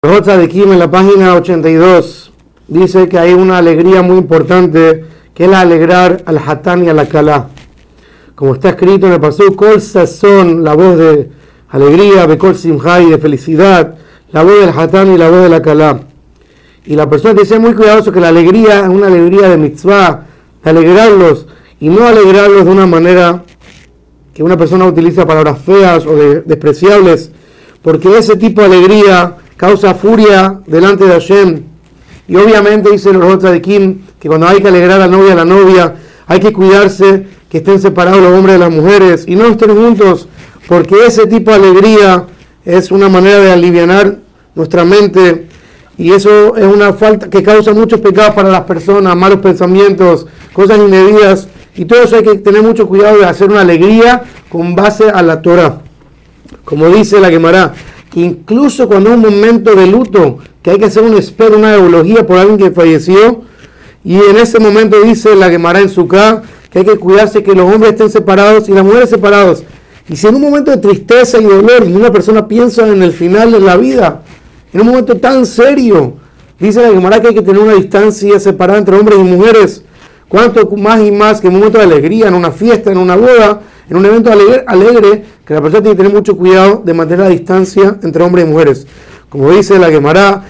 Rota de Kim en la página 82 dice que hay una alegría muy importante que es la alegrar al Hatán y a la Kalá. Como está escrito en el pasuk, Kol Sazón, la voz de alegría, Bekol Simha y de felicidad, la voz del Hatán y la voz de la Kalá. Y la persona tiene que ser muy cuidadoso que la alegría es una alegría de mitzvah, de alegrarlos, y no alegrarlos de una manera que una persona utiliza palabras feas o despreciables, porque ese tipo de alegría causa furia delante de Hashem. Y obviamente dice los otros de Kim que cuando hay que alegrar a la novia, hay que cuidarse que estén separados los hombres de las mujeres y no estén juntos, porque ese tipo de alegría es una manera de alivianar nuestra mente, y eso es una falta que causa muchos pecados para las personas, malos pensamientos, cosas indebidas, y todo eso hay que tener mucho cuidado de hacer una alegría con base a la Torah. Como dice la Gemara, que incluso cuando es un momento de luto, que hay que hacer un espero, una eulogía por alguien que falleció, y en ese momento dice la Gemara en Sukkah, que hay que cuidarse que los hombres estén separados y las mujeres separados. Y si en un momento de tristeza y dolor, y una persona piensa en el final de la vida, en un momento tan serio, dice la Gemara que hay que tener una distancia separada entre hombres y mujeres. Cuanto más y más que en un momento de alegría, en una fiesta, en una boda, en un evento alegre, que la persona tiene que tener mucho cuidado de mantener la distancia entre hombres y mujeres. Como dice la Gemara,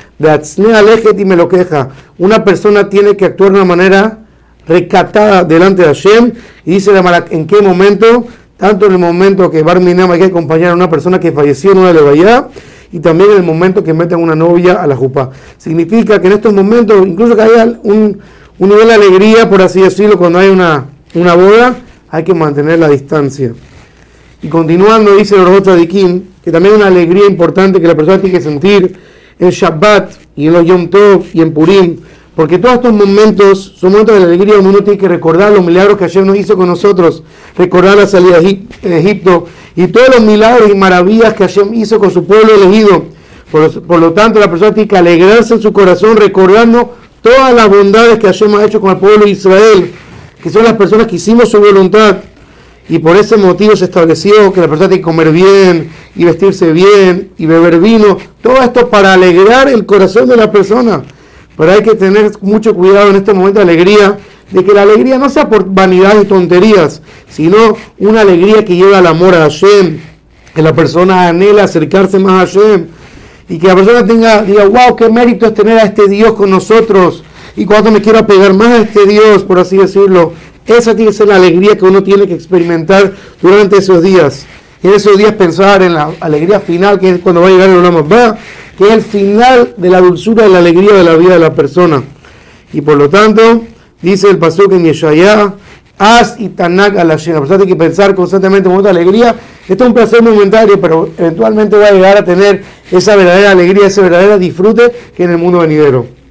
y me lo queja, una persona tiene que actuar de una manera recatada delante de Hashem, y dice la Gemara, ¿en qué momento? Tanto en el momento que Bar Minam hay que acompañar a una persona que falleció en una levaya, y también en el momento que meten una novia a la jupá. Significa que en estos momentos, incluso que haya un nivel de alegría, por así decirlo, cuando hay una boda, hay que mantener la distancia. Y continuando, dice el Rota de Kim, que también una alegría importante que la persona tiene que sentir en Shabbat y en los Yom Tov y en Purim, porque todos estos momentos son momentos de alegría donde uno tiene que recordar los milagros que Hashem nos hizo con nosotros, recordar la salida de Egipto y todos los milagros y maravillas que Hashem hizo con su pueblo elegido. Por lo tanto, la persona tiene que alegrarse en su corazón recordando todas las bondades que Hashem ha hecho con el pueblo de Israel, que son las personas que hicimos su voluntad. Y por ese motivo se estableció que la persona tiene que comer bien, y vestirse bien, y beber vino. Todo esto para alegrar el corazón de la persona. Pero hay que tener mucho cuidado en este momento de alegría, de que la alegría no sea por vanidad y tonterías, sino una alegría que lleva al amor a Hashem, que la persona anhela acercarse más a Hashem, y que la persona diga, wow, qué mérito es tener a este Dios con nosotros, y cuando me quiero apegar más a este Dios, por así decirlo. Esa tiene que ser la alegría que uno tiene que experimentar durante esos días. Y en esos días pensar en la alegría final, que es cuando va a llegar el Olam Abba, que es el final de la dulzura y la alegría de la vida de la persona. Y por lo tanto, dice el pasuk en Yeshaya, As y Tanak al Hashem. La persona tiene que pensar constantemente en otra alegría. Esto es un placer momentario, pero eventualmente va a llegar a tener esa verdadera alegría, ese verdadero disfrute que en el mundo venidero.